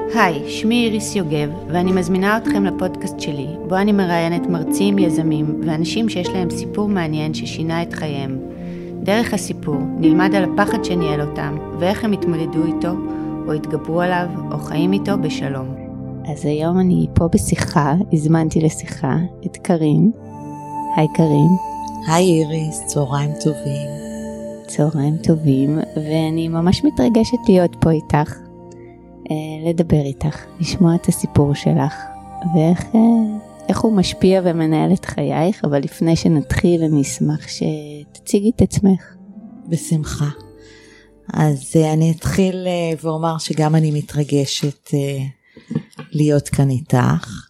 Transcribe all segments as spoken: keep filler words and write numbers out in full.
היי, שמי איריס יוגב, ואני מזמינה אתכם לפודקאסט שלי, בו אני מראיינת מרצים, יזמים ואנשים שיש להם סיפור מעניין ששינה את חייהם. דרך הסיפור נלמד על הפחד שניהל אותם, ואיך הם התמודדו איתו, או התגברו עליו, או חיים איתו בשלום. אז היום אני פה בשיחה, הזמנתי לשיחה את קרין. היי קרין. היי איריס, צהריים טובים. צהריים טובים, ואני ממש מתרגשת להיות פה איתך. לדבר איתך, לשמוע את הסיפור שלך, ואיך איך הוא משפיע ומנהל את חייך, אבל לפני שנתחיל אני אשמח שתציגי את עצמך. בשמחה. אז אני אתחיל ואומר שגם אני מתרגשת להיות כאן איתך,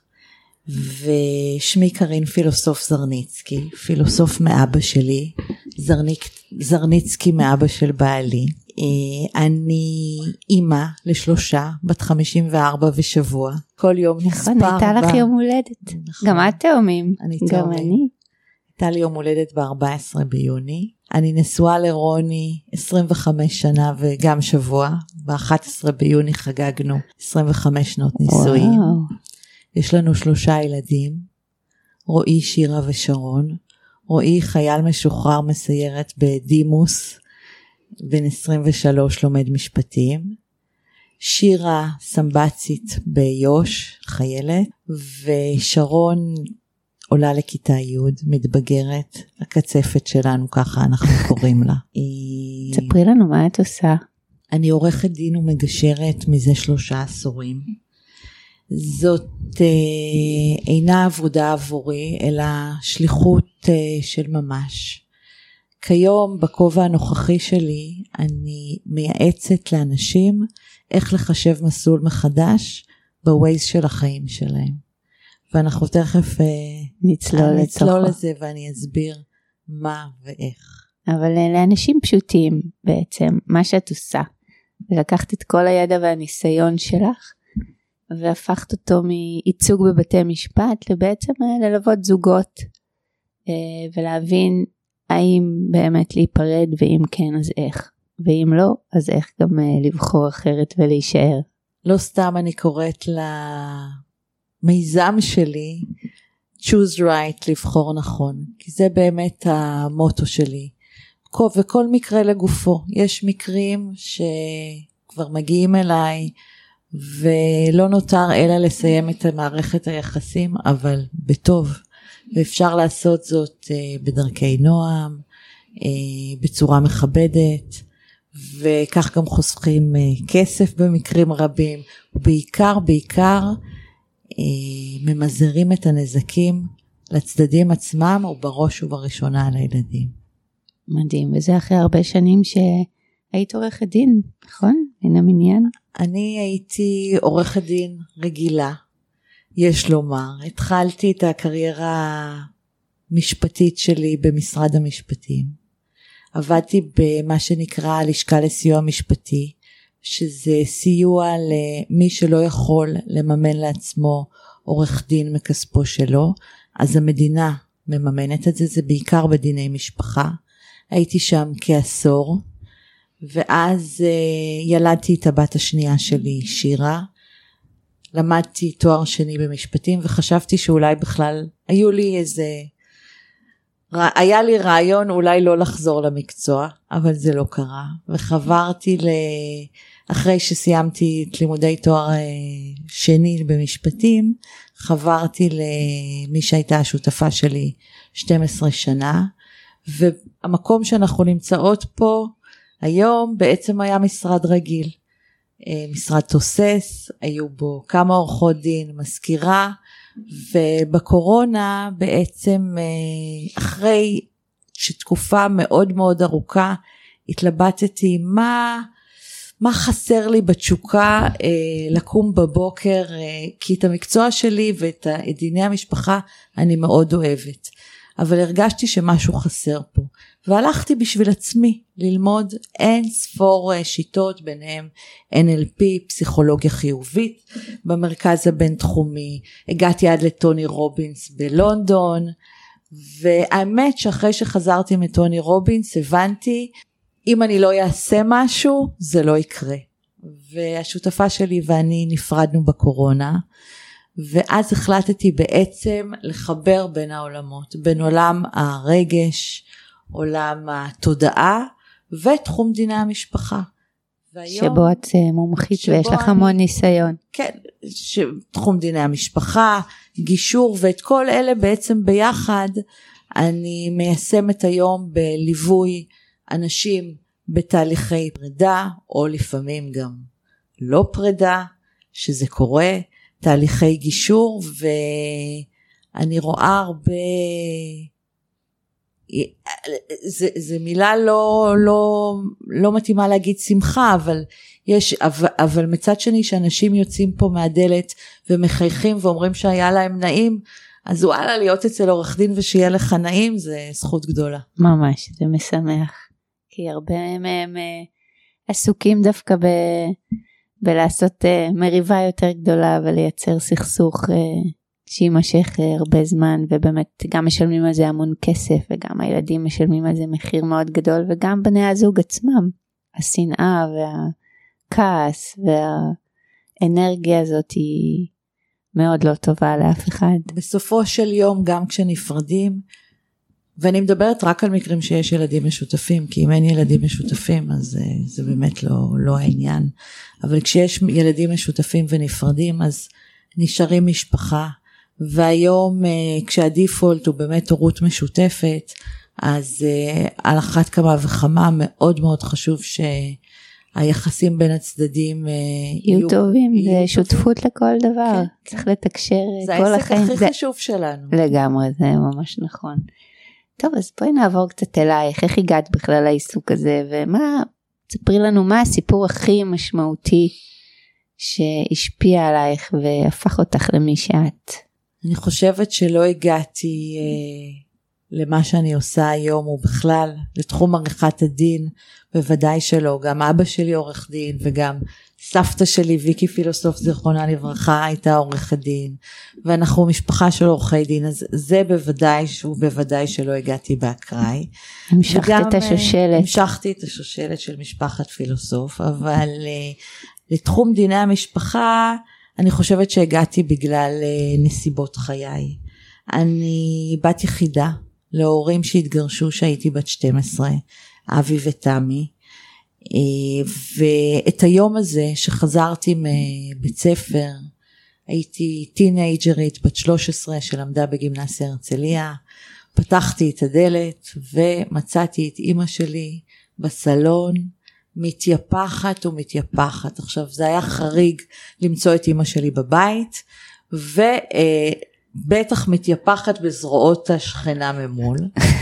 ושמי קרין פילוסוף זרניצקי, פילוסוף מאבא שלי, זרניק, זרניצקי מאבא של בעלי. אני אימא לשלושה, בת חמישים וארבע ושבוע, כל יום נספר. נכון, הייתה לך יום הולדת. גם את תאומים. גם אני. הייתה לי יום הולדת ב-ארבעה עשר ביוני. אני נשואה לרוני עשרים וחמש שנה וגם שבוע. ב-אחד עשר ביוני חגגנו עשרים וחמש שנות נישואים. יש לנו שלושה ילדים, רועי, שירה ושרון. רועי חייל משוחרר מסיירת בדימוס, בן עשרים ושלוש לומד משפטים. שירה סמבצית ביוש, חיילת, ושרון עולה לכיתה י', מתבגרת, הקצפת שלנו, ככה אנחנו קוראים לה. תספרי לנו מה את עושה. אני עורכת דין ומגשרת מזה שלושה עשורים. זאת אה, אינה עבודה עבורי, אלא שליחות אה, של ממש. כיום בכובע הנוכחי שלי אני מייעצת לאנשים איך לחשב מסלול מחדש בווייז של החיים שלהם. ואנחנו תכף נצלול, נצלול לזה ואני אסביר מה ואיך. אבל לאנשים פשוטים בעצם, מה שאת עושה, לקחת את כל הידע והניסיון שלך, והפכת אותו מייצוג בבתי משפט לבעצם ללוות זוגות, ולהבין האם באמת להיפרד, ואם כן אז איך, ואם לא אז איך גם לבחור אחרת ולהישאר. לא סתם אני קוראת למיזם שלי choose right, לבחור נכון, כי זה באמת המוטו שלי. וכל מקרה לגופו, יש מקרים שכבר מגיעים אליי ולא נותר אלא לסיים את מערכת היחסים, אבל בטוב. ואפשר לעשות זאת בדרכי נועם, בצורה מכבדת, וכך גם חוסכים כסף במקרים רבים, ובעיקר, בעיקר, ממזערים את הנזקים לצדדים עצמם, ובראש ובראשונה על הילדים. מדהים, וזה אחרי הרבה שנים שהיית עורכת דין, נכון? מן המניין? אני הייתי עורכת דין רגילה, יש לומר. התחלתי את הקריירה המשפטית שלי במשרד המשפטים. עבדתי במה שנקרא לשכה לסיוע משפטי, שזה סיוע למי שלא יכול לממן לעצמו עורך דין מכספו שלו, אז המדינה מממנת את זה, זה בעיקר בדיני משפחה. הייתי שם כעשור, ואז ילדתי את הבת השנייה שלי, שירה, למדתי תואר שני במשפטים, וחשבתי שאולי בכלל היו לי איזה, היה לי רעיון אולי לא לחזור למקצוע, אבל זה לא קרה, וחברתי ל... אחרי שסיימתי את לימודי תואר שני במשפטים, חברתי למי שהייתה השותפה שלי שתים עשרה שנה, והמקום שאנחנו נמצאות פה היום בעצם היה משרד רגיל, משרד תוסס, היו בו כמה עורכות דין, מזכירה, ובקורונה בעצם אחרי שתקופה מאוד מאוד ארוכה התלבטתי מה, מה חסר לי בתשוקה לקום בבוקר, כי את המקצוע שלי ואת דיני המשפחה אני מאוד אוהבת, אבל הרגשתי שמשהו חסר פה, והלכתי בשביל עצמי ללמוד אין ספור שיטות, ביניהם אן אל פי, פסיכולוגיה חיובית, במרכז הבינתחומי, הגעתי עד לטוני רובינס בלונדון, והאמת שאחרי שחזרתי מטוני רובינס, הבנתי, אם אני לא אעשה משהו, זה לא יקרה. והשותפה שלי ואני נפרדנו בקורונה, ואז החלטתי בעצם לחבר בין העולמות, בין עולם הרגש, עולם התודעה, ותחום דיני המשפחה. והיום, שבו את מומחית ויש לך המון אני, ניסיון. כן, תחום דיני המשפחה, גישור, ואת כל אלה בעצם ביחד, אני מיישמת היום בליווי אנשים בתהליכי פרידה, או לפעמים גם לא פרידה, שזה קורה, תהליכי גישור, ואני רואה הרבה, זה, זה מילה לא, לא, לא מתאימה להגיד שמחה, אבל יש, אבל, אבל מצד שני שאנשים יוצאים פה מהדלת ומחייכים ואומרים שהיה להם נעים, אז וואלה, להיות אצל עורך דין ושיהיה לך נעים, זה זכות גדולה. ממש, זה משמח. כי הרבה מהם עסוקים דווקא ב, בלעשות מריבה יותר גדולה, ולייצר סכסוך שימשך הרבה זמן, ובאמת גם משלמים על זה המון כסף, וגם הילדים משלמים על זה מחיר מאוד גדול, וגם בני הזוג עצמם. השנאה והכעס והאנרגיה הזאת היא מאוד לא טובה לאף אחד. בסופו של יום, גם כשנפרדים, ואני מדברת רק על מקרים שיש ילדים משותפים, כי אם אין ילדים משותפים, אז זה, זה באמת לא, לא העניין. אבל כשיש ילדים משותפים ונפרדים, אז נשארים משפחה, והיום כשהדיפולט הוא באמת הורות משותפת, אז על אחת כמה וכמה מאוד מאוד חשוב שהיחסים בין הצדדים יהיו, יהיו טובים, יהיו זה שותפות טובים. לכל דבר, כן, צריך כן. לתקשר כל החיים. זה העסק הכי חשוב שלנו. לגמרי, זה ממש נכון. טוב, אז בואי נעבור קצת אלייך, איך הגעת בכלל לעיסוק הזה, ומה, תספרי לנו מה הסיפור הכי משמעותי שהשפיע עלייך והפך אותך למי שאת. אני חושבת שלא הגעתי אה, למה שאני עושה היום, ובכלל לתחום עריכת הדין, בוודאי שלא, גם אבא שלי עורך דין, וגם סבתא שלי ויקי פילוסוף זיכרונה לברכה הייתה עורכת דין, ואנחנו משפחה של עורכי דין, אז זה בוודאי שהוא בוודאי שלא הגעתי באקראי. המשכת וגם, את השושלת. המשכתי את השושלת של משפחת פילוסוף, אבל לתחום דיני המשפחה, אני חושבת שהגעתי בגלל נסיבות חיי. אני בת יחידה להורים שהתגרשו שהייתי בת שתים עשרה, אבי ותמי, ואת היום הזה שחזרתי מבית ספר, הייתי טינאג'רית בת שלוש עשרה שלמדה בגימנסיה הרצליה, פתחתי את הדלת ומצאתי את אמא שלי בסלון, מתייפחת ומתייפחת. עכשיו זה היה חריג למצוא את אמא שלי בבית, ובטח מתייפחת בזרועות השכנה ממול,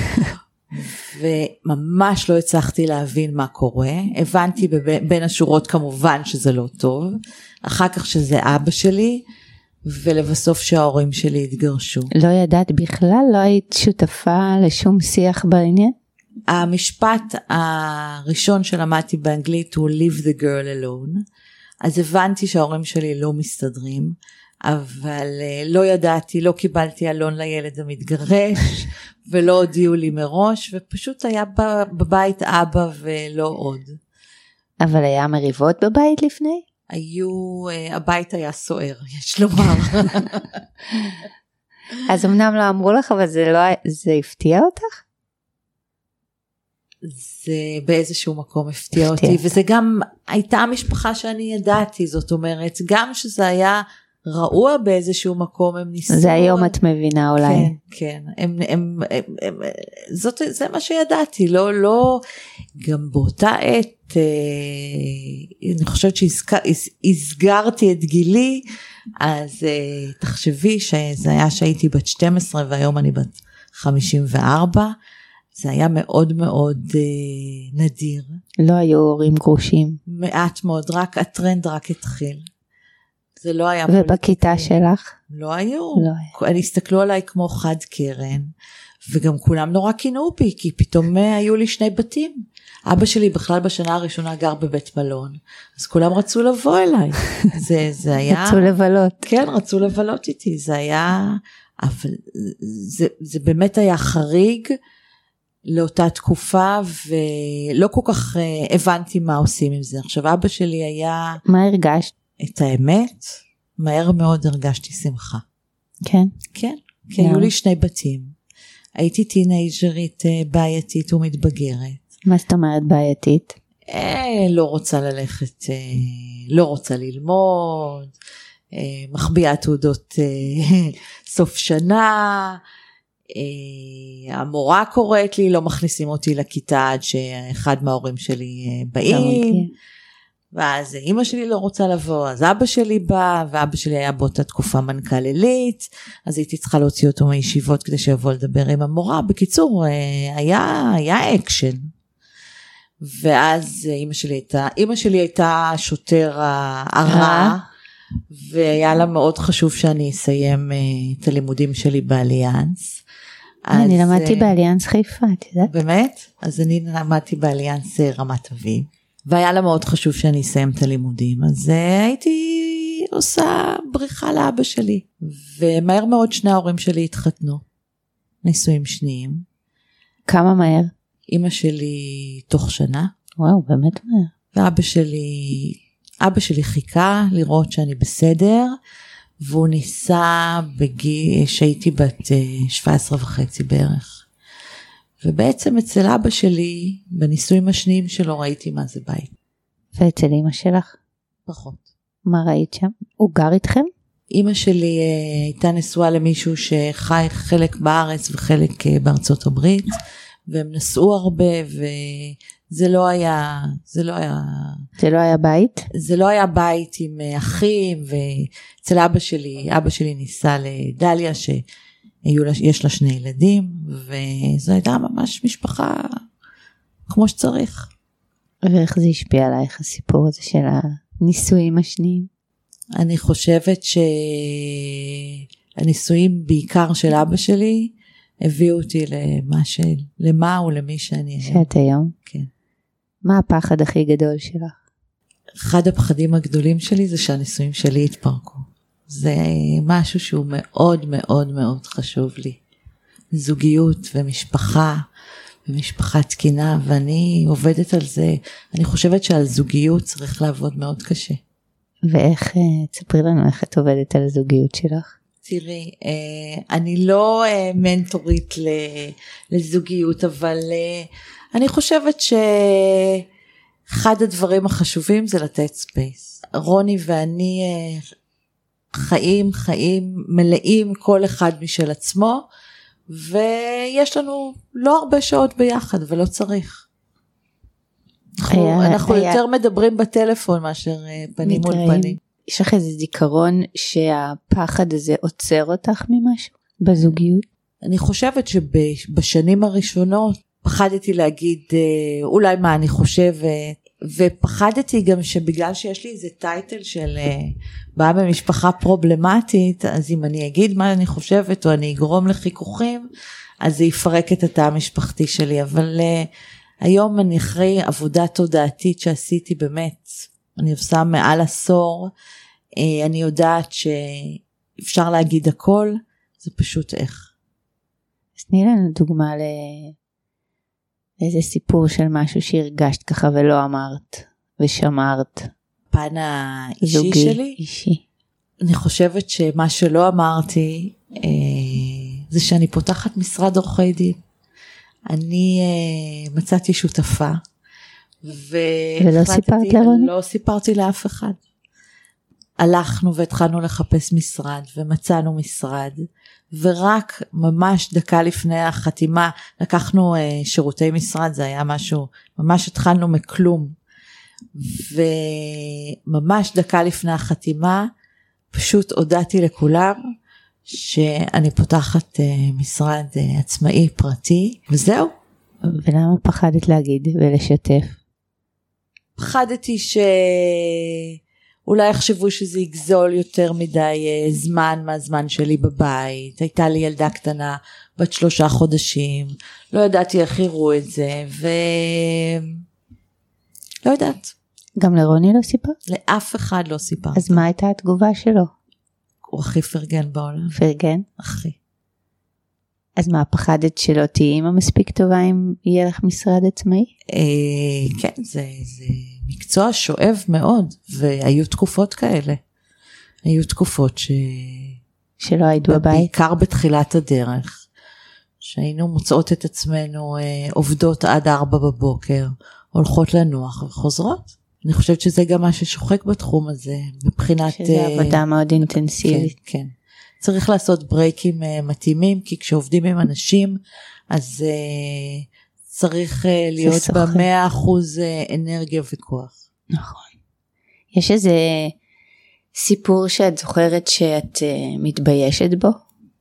וממש לא הצלחתי להבין מה קורה. הבנתי בין השורות כמובן שזה לא טוב, אחר כך שזה אבא שלי, ולבסוף שההורים שלי התגרשו. לא ידעת בכלל? לא היית שותפה לשום שיח בעניין? המשפט הראשון שלמדתי באנגלית הוא leave the girl alone, אז הבנתי שההורים שלי לא מסתדרים, אבל לא ידעתי, לא קיבלתי אלון לילד המתגרש, ולא הודיעו לי מראש, ופשוט היה בבית אבא ולא עוד. אבל היה מריבות בבית לפני? היו, הבית היה סוער, יש לומר. אז אמנם לא אמרו לך, אבל זה, לא, זה הפתיע אותך? זה באיזשהו מקום הפתיע אותי, וזה גם הייתה המשפחה שאני ידעתי, זאת אומרת, גם שזה היה רעוע באיזשהו מקום, הם ניסו. זה היום את מבינה אולי. כן, כן, הם, הם, הם, הם, זאת, זה מה שידעתי, לא, לא, גם באותה עת, אני חושבת שהסגרתי את גילי, אז תחשבי שזה היה שהייתי בת שתים עשרה, והיום אני בת חמישים וארבע, זה היה מאוד מאוד אה, נדיר. לא היו הורים גרושים. מעט מאוד, רק הטרנד רק התחיל. זה לא היה... ובכיתה פוליטי. שלך? לא היו. לא היה. אני הסתכלו עליי כמו חד קרן, וגם כולם נורא קינאו בי, כי פתאום היו לי שני בתים. אבא שלי בכלל בשנה הראשונה גר בבית מלון, אז כולם רצו לבוא אליי. זה, זה היה... רצו לבלות. כן, רצו לבלות איתי. זה היה... אבל זה, זה באמת היה חריג, לאותה תקופה, ולא כל כך הבנתי מה עושים עם זה. עכשיו אבא שלי היה... מה הרגשת? את האמת, מהר מאוד הרגשתי שמחה. כן? כן, כי היו לי שני בתים. הייתי טינאג'רית בעייתית ומתבגרת. מה זאת אומרת בעייתית? אה, לא רוצה ללכת, אה, לא רוצה ללמוד, אה, מחביאה תעודות אה, סוף שנה, אה, המורה קוראת לי, לא מכניסים אותי לכיתה עד שאחד מההורים שלי אה, באים, ואז אמא שלי לא רוצה לבוא, אז אבא שלי בא, ואבא שלי היה באותה תקופה מנכ"ל עילית, אז הייתי צריכה להוציא אותו מישיבות כדי שיבוא לדבר עם המורה. בקיצור, היה, היה אקשן. ואז אמא שלי הייתה, אמא שלי הייתה שוטר הרע, והיה לה מאוד חשוב שאני אסיים את הלימודים שלי באליאנס. אני למדתי באליאנס חיפה, את יודעת? באמת? אז אני למדתי באליאנס רמת אביב. והיה לה מאוד חשוב שאני אסיים את הלימודים, אז הייתי עושה בריחה לאבא שלי, ומהר מאוד שני ההורים שלי התחתנו, נישואים שניים. כמה מהר? אמא שלי תוך שנה. וואו, באמת מהר. ואבא שלי, אבא שלי חיכה לראות שאני בסדר, והוא ניסה בגיל, שהייתי בת שבע עשרה וחצי בערך. ובעצם אצל אבא שלי, בניסויים השניים שלו, ראיתי מה זה בית. ואצל אמא שלך? פחות. מה ראית שם? הוא גר איתכם? אמא שלי אה, הייתה נשואה למישהו שחי חלק בארץ וחלק אה, בארצות הברית, והם נסעו הרבה, וזה לא היה, זה לא היה... זה לא היה בית? זה לא היה בית עם אה, אחים, ואצל אבא שלי, אבא שלי ניסה לדליה ש... יש לה שני ילדים, וזו הייתה ממש משפחה כמו שצריך. ואיך זה השפיע עלייך הסיפור הזה של הנישואים השניים? אני חושבת שהנישואים בעיקר של אבא שלי, הביאו אותי למה, של, למה ולמי שאני היום. שאת היום? כן. מה הפחד הכי גדול שלך? אחד הפחדים הגדולים שלי זה שהנישואים שלי התפרקו. זה משהו שהוא מאוד מאוד מאוד חשוב לי. זוגיות ומשפחה, ומשפחה תקינה, ואני עובדת על זה. אני חושבת שעל זוגיות צריך לעבוד מאוד קשה. ואיך, תספרי לנו איך את עובדת על הזוגיות שלך? תראי, אני לא מנטורית לזוגיות, אבל אני חושבת שאחד הדברים החשובים זה לתת ספייס. רוני ואני חיים, חיים מלאים כל אחד משל עצמו, ויש לנו לא הרבה שעות ביחד, ולא צריך. אנחנו, היה, אנחנו היה... יותר מדברים בטלפון מאשר פנים מול פנים. יש לך איזה זיכרון שהפחד הזה עוצר אותך ממשהו בזוגיות? אני חושבת שבשנים הראשונות פחדתי להגיד אולי מה אני חושבת, ופחדתי גם שבגלל שיש לי איזה טייטל של באה במשפחה פרובלמטית, אז אם אני אגיד מה אני חושבת או אני אגרום לחיכוכים, אז זה יפרק את התא המשפחתי שלי. אבל היום אני אחרי עבודה תודעתית שעשיתי באמת, אני עושה מעל עשור, אני יודעת שאפשר להגיד הכל, זה פשוט איך. אז תני לנו דוגמה ל... איזה סיפור של משהו שהרגשת ככה ולא אמרת ושמרת. פן האישי זוגי, שלי? אישי. אני חושבת שמה שלא אמרתי, אה, זה שאני פותחת משרד עורכי דין. אני אה, מצאתי שותפה. ולא סיפרת לרוני? לא סיפרתי לאף אחד. הלכנו והתחלנו לחפש משרד ומצאנו משרד. ורק ממש דקה לפני החתימה, לקחנו uh, שירותי משרד, זה היה משהו, ממש התחלנו מכלום, וממש דקה לפני החתימה, פשוט הודעתי לכולם, שאני פותחת uh, משרד uh, עצמאי פרטי, וזהו. ולמה פחדת להגיד ולשתף? פחדתי ש... אולי יחשבו שזה יגזול יותר מדי זמן מהזמן שלי בבית. הייתה לי ילדה קטנה בת שלושה חודשים, לא ידעתי איך יראו את זה, ולא יודעת. גם לרוני לא סיפר? לאף אחד לא סיפר. אז מה הייתה התגובה שלו? הוא הכי פרגן בעולם. פרגן? הכי. אז מה, פחדת שלא תהיי אימא מספיק טובה אם יהיה לך משרד עצמאי? אה, כן, זה, זה מקצוע שואב מאוד, והיו תקופות כאלה. היו תקופות ש... שלא היית בבית? בעיקר בתחילת הדרך, שהיינו מוצאות את עצמנו אה, עובדות עד ארבע בבוקר, הולכות לנוח וחוזרות. אני חושבת שזה גם מה ששוחק בתחום הזה, מבחינת... שזה אה, עבודה מאוד אינטנסיבית. כן, כן. צריך לעשות ברייקים uh, מתאימים, כי כשעובדים עם אנשים, אז uh, צריך uh, להיות ב-מאה אחוז uh, אנרגיה וכוח. נכון. יש איזה סיפור שאת זוכרת שאת uh, מתביישת בו?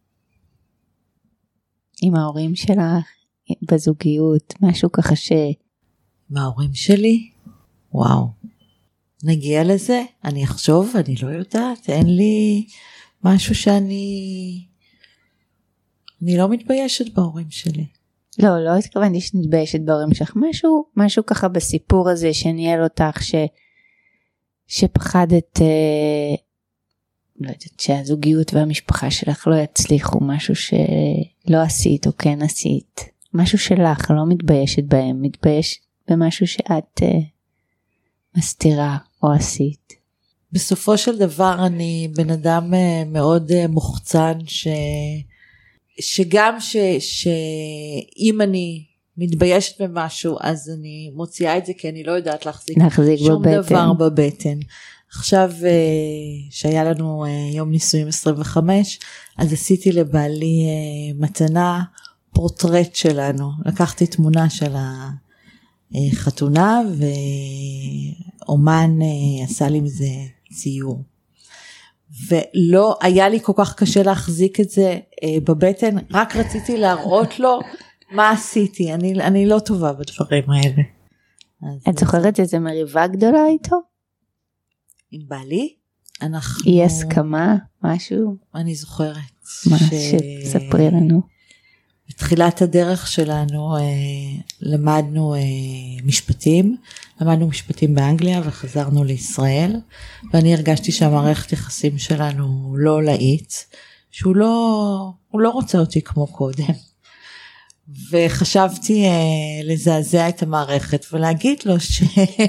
עם ההורים שלך, בזוגיות, משהו ככה ש... עם ההורים שלי? וואו. נגיע לזה? אני אחשוב, אני לא יודעת, אין לי... משהו שאני אני לא מתביישת בהורים שלי. לא, לא התכוונתי שנתביישת בהורים שלך. משהו, משהו ככה בסיפור הזה שניהל אותך, ש, שפחדת, אה, לא יודעת, שהזוגיות והמשפחה שלך לא יצליחו, משהו שלא עשית או כן עשית. משהו שלך, לא מתביישת בהם, מתבייש במשהו שאת אה, מסתירה או עשית. בסופו של דבר אני בן אדם מאוד מוחצן, ש... שגם ש... שאם אני מתביישת במשהו, אז אני מוציאה את זה, כי אני לא יודעת להחזיק, להחזיק שום בבטן. דבר בבטן. עכשיו שהיה לנו יום נישואים עשרים וחמש, אז עשיתי לבעלי מתנה, פורטרט שלנו. לקחתי תמונה של החתונה, ואומן עשה לי מזה ציור. ולא היה לי כל כך קשה להחזיק את זה בבטן, רק רציתי להראות לו מה עשיתי. אני, אני לא טובה בדברים האלה. את זוכרת איזה מריבה גדולה איתו? עם בעלי? אנחנו... אי הסכמה? משהו? אני זוכרת. מה? ש... שתספרי לנו. בתחילת הדרך שלנו למדנו משפטים, למדנו משפטים באנגליה וחזרנו לישראל, ואני הרגשתי שהמערכת יחסים שלנו לא להיט, שהוא לא, הוא לא רוצה אותי כמו קודם. וחשבתי לזעזע את המערכת ולהגיד לו ש...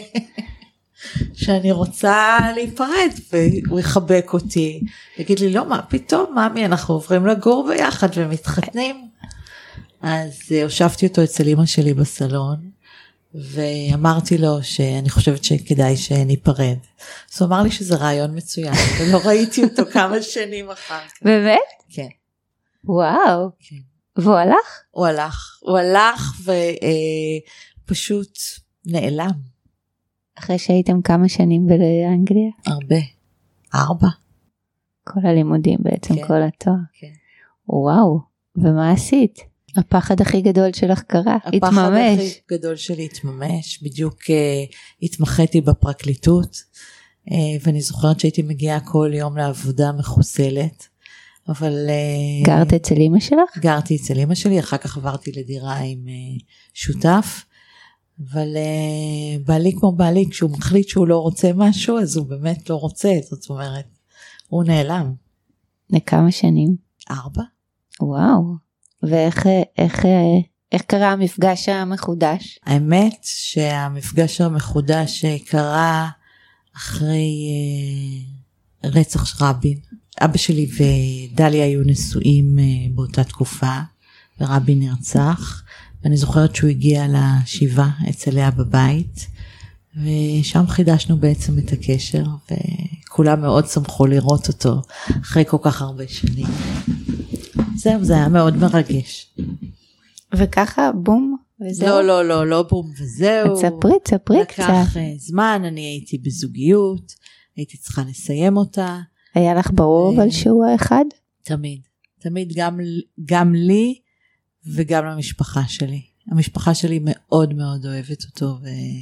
שאני רוצה להיפרד, והוא יחבק אותי, יגיד לי, לא, מה פתאום, מאמי, אנחנו עוברים לגור ביחד ומתחתנים. אז הושבתי אותו אצל אמא שלי בסלון, ואמרתי לו שאני חושבת שכדאי שניפרד. אז הוא אמר לי שזה רעיון מצוין, ולא ראיתי אותו כמה שנים אחר כך. באמת? כן. וואו. כן. והוא הלך? הוא הלך, הוא הלך ופשוט נעלם. אחרי שהייתם כמה שנים באנגליה? הרבה. ארבע. כל הלימודים בעצם, כן. כל התואר. כן. וואו, ומה עשית? הפחד הכי גדול שלך קרה, התממש. הפחד הכי גדול שלי התממש, בדיוק uh, התמחיתי בפרקליטות, uh, ואני זוכרת שהייתי מגיעה כל יום לעבודה מחוסלת, אבל... Uh, גרת אצל אמא שלך? גרתי אצל אמא שלי, אחר כך עברתי לדירה עם uh, שותף, אבל uh, בעלי כמו בעלי, כשהוא מחליט שהוא לא רוצה משהו, אז הוא באמת לא רוצה, זאת אומרת, הוא נעלם. לכמה שנים? ארבע. וואו. ואיך איך, איך קרה המפגש המחודש? האמת שהמפגש המחודש קרה אחרי אה, רצח רבין. אבא שלי ודליה היו נשואים אה, באותה תקופה, ורבין נרצח, ואני זוכרת שהוא הגיע לשבעה אצל לאה בבית, ושם חידשנו בעצם את הקשר, וכולם מאוד שמחו לראות אותו אחרי כל כך הרבה שנים. זהו, זה היה מאוד מרגש. וככה בום וזהו? לא, לא, לא, לא בום וזהו. תספרי, תספרי קצת. לקח זמן, אני הייתי בזוגיות, הייתי צריכה לסיים אותה. היה לך ברור אבל שהוא האחד? תמיד, תמיד גם, גם לי וגם למשפחה שלי. המשפחה שלי מאוד מאוד אוהבת אותו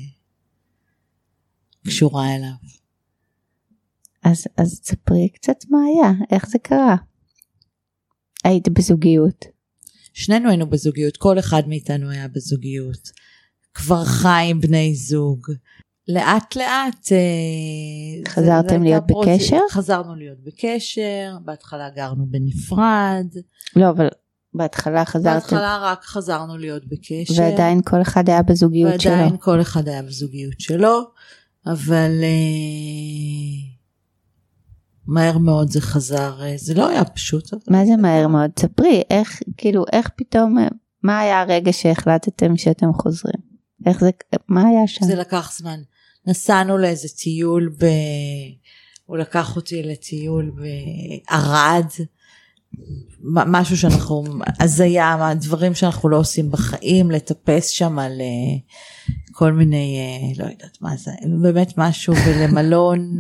וקשורה אליו. אז, אז תספרי קצת מה היה, איך זה קרה? היית בזוגיות? שנינו היינו בזוגיות, כל אחד מאיתנו היה בזוגיות. כבר חי עם בני זוג. לאט לאט... חזרתם להיות בקשר? חזרנו להיות בקשר, בהתחלה גרנו בנפרד. לא, אבל בהתחלה חזרתם? בהתחלה רק חזרנו להיות בקשר. ועדיין כל אחד היה בזוגיות ועדיין שלו? ועדיין כל אחד היה בזוגיות שלו, אבל uh, מהר מאוד זה חזר, זה לא היה פשוט. מה זה מהר מאוד? ספרי, איך, כאילו, איך פתאום, מה היה הרגע שהחלטתם שאתם חוזרים? איך זה, מה היה שם? זה לקח זמן. נסענו לאיזה טיול ב... הוא לקח אותי לטיול בערד, משהו שאנחנו, אז היה דברים שאנחנו לא עושים בחיים, לטפס שם על כל מיני, לא יודעת מה זה, באמת משהו, ולמלון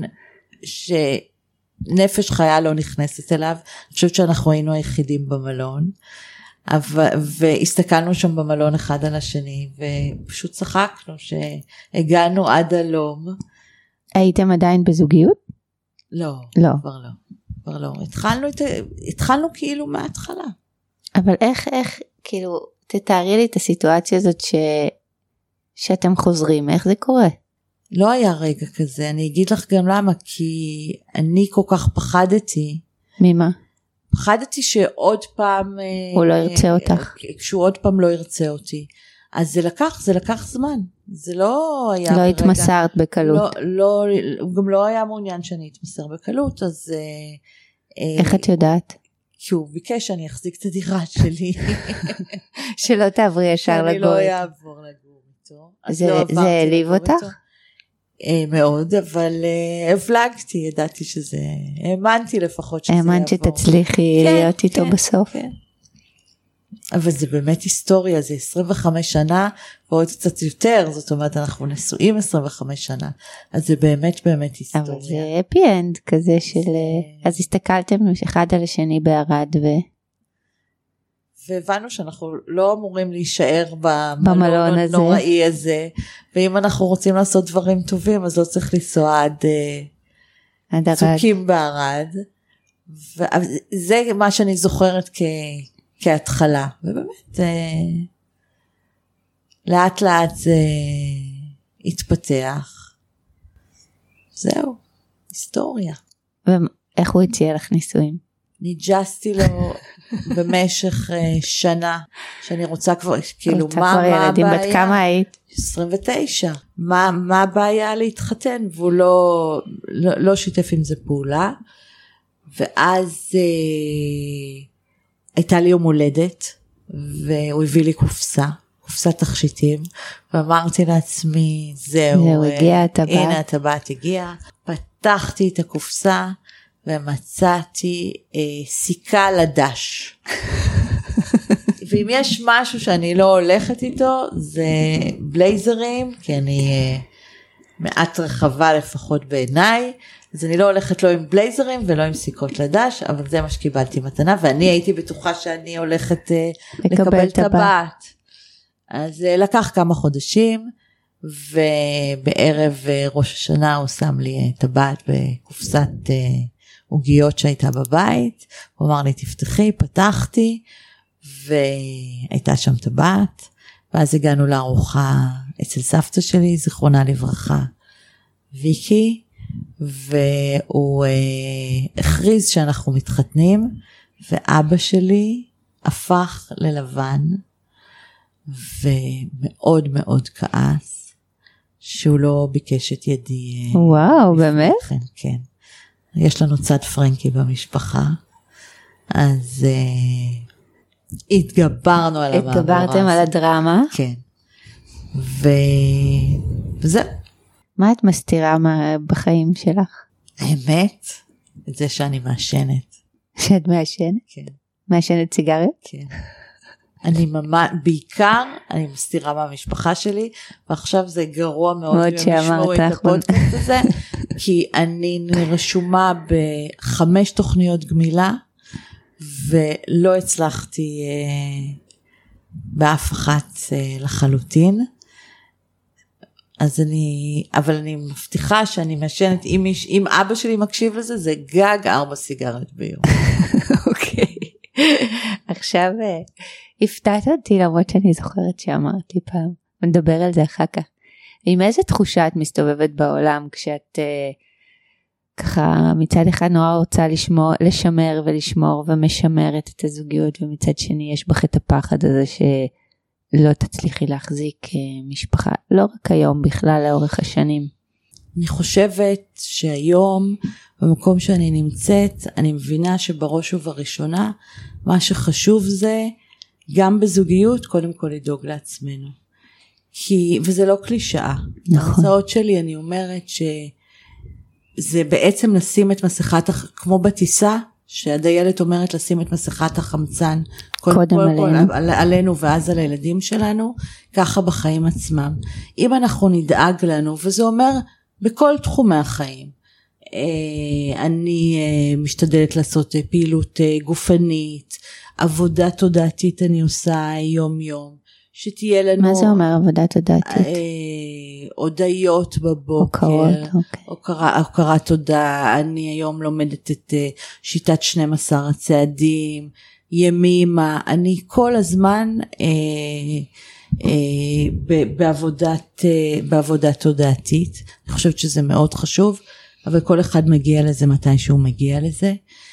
שנפש חיה לא נכנסת אליו, אני חושבת שאנחנו היינו היחידים במלון, והסתכלנו שם במלון אחד על השני, ופשוט צחקנו שהגענו עד הלום. הייתם עדיין בזוגיות? לא, לא. כבר לא. כבר לא. התחלנו, התחלנו כאילו מההתחלה. אבל איך, איך, כאילו, תתארי לי את הסיטואציה הזאת ש, שאתם חוזרים, איך זה קורה? לא היה רגע כזה, אני אגיד לך גם למה, כי אני כל כך פחדתי. ממה? פחדתי שעוד פעם... הוא לא ירצה אותך. שהוא עוד פעם לא ירצה אותי. אז זה לקח, זה לקח זמן. זה לא היה... לא התמסרת בקלות. לא, לא, גם לא היה מעוניין שאני אתמסר בקלות, אז... איך את יודעת? כי הוא ביקש שאני אחזיק את הדירה שלי. שלא תעברי ישר לגור. שאני לא אעבור לגור איתו. זה העליב אותך? מאוד, אבל הבלגתי, ידעתי שזה, האמנתי לפחות שזה יעבור. האמנת שתצליחי להיות איתו בסוף. אבל זה באמת היסטוריה, זה עשרים וחמש שנה, ועוד קצת יותר, זאת אומרת, אנחנו נשואים עשרים וחמש שנה, אז זה באמת באמת היסטוריה. אבל זה happy end כזה של, אז הסתכלתם אחד על השני בערד ו... והבנו שאנחנו לא אמורים להישאר במלון הנוראי הזה, ואם אנחנו רוצים לעשות דברים טובים, אז לא צריך לנסוע עד, עד צוקים בערד, וזה מה שאני זוכרת כ... כהתחלה, ובאמת לאט לאט זה התפתח, זהו, היסטוריה. ואיך הוא הציע לך נישואים? ניג'סתי לו במשך שנה, שאני רוצה כבר, כאילו, רוצה כבר ילדים, בת כמה היית? עשרים ותשע, מה, מה הבעיה להתחתן, והוא לא, לא, לא שיתף עם זה פעולה, ואז אה, הייתה לי יום הולדת, והוא הביא לי קופסה, קופסת תכשיטים, ואמרתי לעצמי, זהו, זהו, הגיע הטבעת. הנה הטבעת הגיע, פתחתי את הקופסה, ומצאתי אה, סיכה לדש. ואם יש משהו שאני לא הולכת איתו, זה בלייזרים, כי אני אה, מעט רחבה לפחות בעיניי, אז אני לא הולכת לא עם בלייזרים ולא עם סיכות לדש, אבל זה מה שקיבלתי מתנה, ואני הייתי בטוחה שאני הולכת אה, לקבל טבעת. אז אה, לקח כמה חודשים, ובערב אה, ראש השנה הוא שם לי אה, טבעת בקופסת אה, עוגיות שהייתה בבית, הוא אמר לי תפתחי, פתחתי, והייתה שם טבעת, ואז הגענו לארוחה אצל סבתא שלי, זיכרונה לברכה, ויקי, והוא אה, הכריז שאנחנו מתחתנים, ואבא שלי הפך ללבן, ומאוד מאוד כעס, שהוא לא ביקש את ידי. וואו, באמת? כן, כן. יש לנו צד פרנקי במשפחה, אז uh, התגברנו על המעבור. התגברתם על הדרמה? כן. ו... וזה. מה את מסתירה בחיים שלך? האמת, את זה שאני מעשנת. שאת מעשנת? כן. מעשנת סיגריות? כן. אני ממש, בעיקר אני מסתירה מהמשפחה שלי, ועכשיו זה גרוע מאוד, מאוד שאמרת את הפודקאסט הזה, כי אני רשומה בחמש תוכניות גמילה, ולא הצלחתי אה, באף אחת אה, לחלוטין, אז אני, אבל אני מבטיחה שאני מעשנת, אם, אם אבא שלי מקשיב לזה, זה גג ארבע סיגריות ביום. אוקיי. עכשיו הפתעת אותי, למרות שאני זוכרת שאמרתי פעם, נדבר על זה אחר כך. עם איזה תחושה את מסתובבת בעולם כשאת, ככה מצד אחד נורא רוצה לשמור, לשמר ולשמור ומשמרת את הזוגיות, ומצד שני יש בך את הפחד הזה שלא תצליחי להחזיק משפחה, לא רק היום, בכלל לאורך השנים. אני חושבת שהיום במקום שאני נמצאת, אני מבינה שבראש ובראשונה מה שחשוב זה גם בזוגיות קודם כל לדאוג לעצמנו. כי, וזה לא קלישאה. נכון. בהרצאות שלי אני אומרת שזה בעצם לשים את מסכת, כמו בטיסה, שהדיילת אומרת לשים את מסכת החמצן, קודם כל, עלינו. כל, על, עלינו ואז על הילדים שלנו, ככה בחיים עצמם. אם אנחנו נדאג לנו, וזה אומר בכל תחומי החיים, אני משתדלת לעשות פעילות גופנית, עבודה תודעתית אני עושה יום יום, שתהיה לנו... מה זה אומר עבודה תודעתית? הודיות בבוקר, הוקרה, הוקרה תודה. אני היום לומדת את שיטת שנים עשר הצעדים, ימימה, אני כל הזמן בעבודת, בעבודה תודעתית, אני חושבת שזה מאוד חשוב, אבל כל אחד מגיע לזה מתי שהוא מגיע לזה,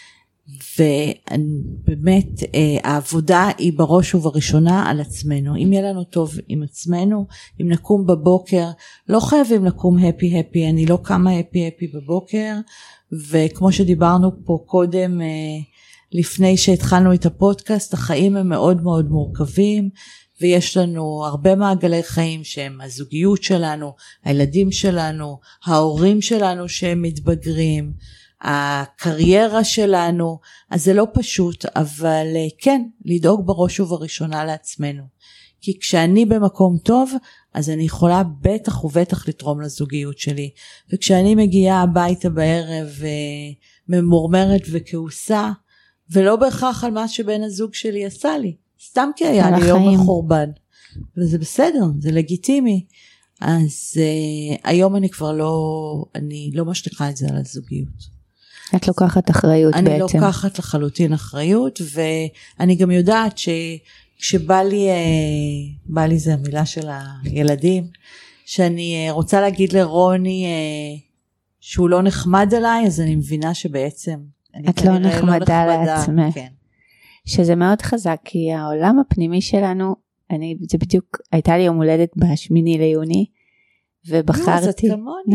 ובאמת העבודה היא בראש ובראשונה על עצמנו. אם יהיה לנו טוב עם עצמנו, אם נקום בבוקר, לא חייבים לקום הפי הפי, אני לא קמה הפי הפי בבוקר, וכמו שדיברנו פה קודם, לפני שהתחלנו את הפודקאסט, החיים הם מאוד מאוד מורכבים, ויש לנו הרבה מעגלי חיים שהם הזוגיות שלנו, הילדים שלנו, ההורים שלנו שהם מתבגרים, הקריירה שלנו, אז זה לא פשוט, אבל כן, לדאוג בראש ובראשונה לעצמנו. כי כשאני במקום טוב, אז אני יכולה בטח ובטח לתרום לזוגיות שלי. וכשאני מגיעה הביתה בערב ממורמרת וכעוסה, ולא בהכרח על מה שבן הזוג שלי עשה לי, סתם כי היה לי יום בחורבן. וזה בסדר, זה לגיטימי. אז uh, היום אני כבר לא, אני לא משליחה את זה על הזוגיות. את לוקחת אחריות אני בעצם. אני לוקחת לחלוטין אחריות, ואני גם יודעת שכשבא לי, בא לי זה המילה של הילדים, שאני רוצה להגיד לרוני שהוא לא נחמד עליי, אז אני מבינה שבעצם את לא נחמדה לעצמך. כן. שזה מאוד חזק, כי העולם הפנימי שלנו, אני, זה בדיוק, הייתה לי יום הולדת בשמיני ליוני, ובחרתי,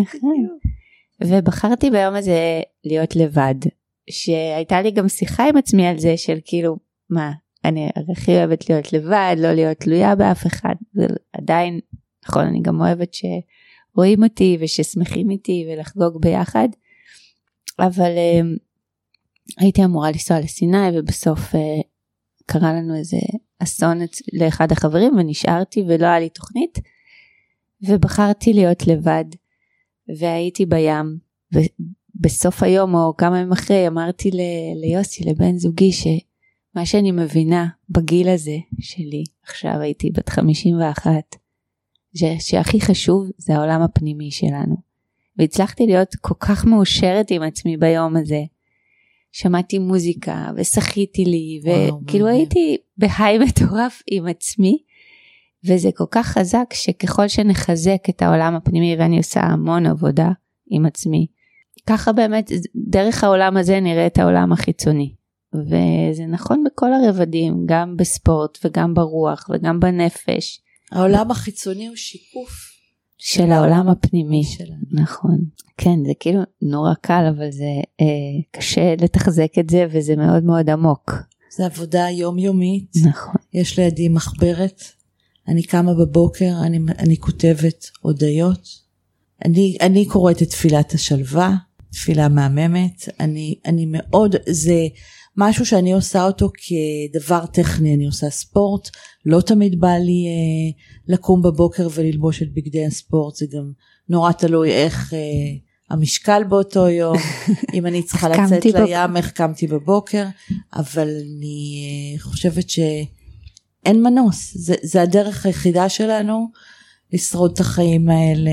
ובחרתי ביום הזה להיות לבד, שהייתה לי גם שיחה עם עצמי על זה, של כאילו, מה, אני הכי אוהבת להיות לבד, לא להיות תלויה באף אחד, ועדיין, נכון, אני גם אוהבת שרואים אותי, וששמחים איתי, ולחגוג ביחד, אבל הייתי אמורה לנסוע לסיני, ובסוף קרה לנו איזה אסון לאחד החברים, ונשארתי ולא היה לי תוכנית, ובחרתי להיות לבד, והייתי בים, ובסוף היום או כמה ימים אחרי, אמרתי ל- ליוסי, לבן זוגי, שמה שאני מבינה בגיל הזה שלי, עכשיו הייתי בת חמישים ואחת, שהכי חשוב זה העולם הפנימי שלנו, והצלחתי להיות כל כך מאושרת עם עצמי ביום הזה, שמעתי מוזיקה ושחיתי לי, וכאילו הייתי בהיי מטורף עם עצמי, וזה כל כך חזק שככל שנחזק את העולם הפנימי, ואני עושה המון עבודה עם עצמי, ככה באמת דרך העולם הזה נראה את העולם החיצוני, וזה נכון בכל הרבדים, גם בספורט וגם ברוח וגם בנפש. העולם החיצוני הוא שיקוף של, של העולם הפנימי שלנו. נכון. כן, זה כאילו נורא קל, אבל זה אה, קשה לתחזק את זה, וזה מאוד מאוד עמוק. זה עבודה יומיומית. נכון. יש לידי מחברת, אני קמה בבוקר, אני, אני כותבת הודיות, אני, אני קוראת את תפילת השלווה, תפילה מהממת, אני, אני מאוד, זה משהו שאני עושה אותו כדבר טכני, אני עושה ספורט, לא תמיד בא לי אה, לקום בבוקר וללבוש את בגדי הספורט, זה גם נורא תלוי איך אה, המשקל באותו יום, אם אני צריכה לצאת לים, איך קמתי בבוקר, אבל אני אה, חושבת שאין מנוס, זה, זה הדרך היחידה שלנו, לשרוד את החיים האלה,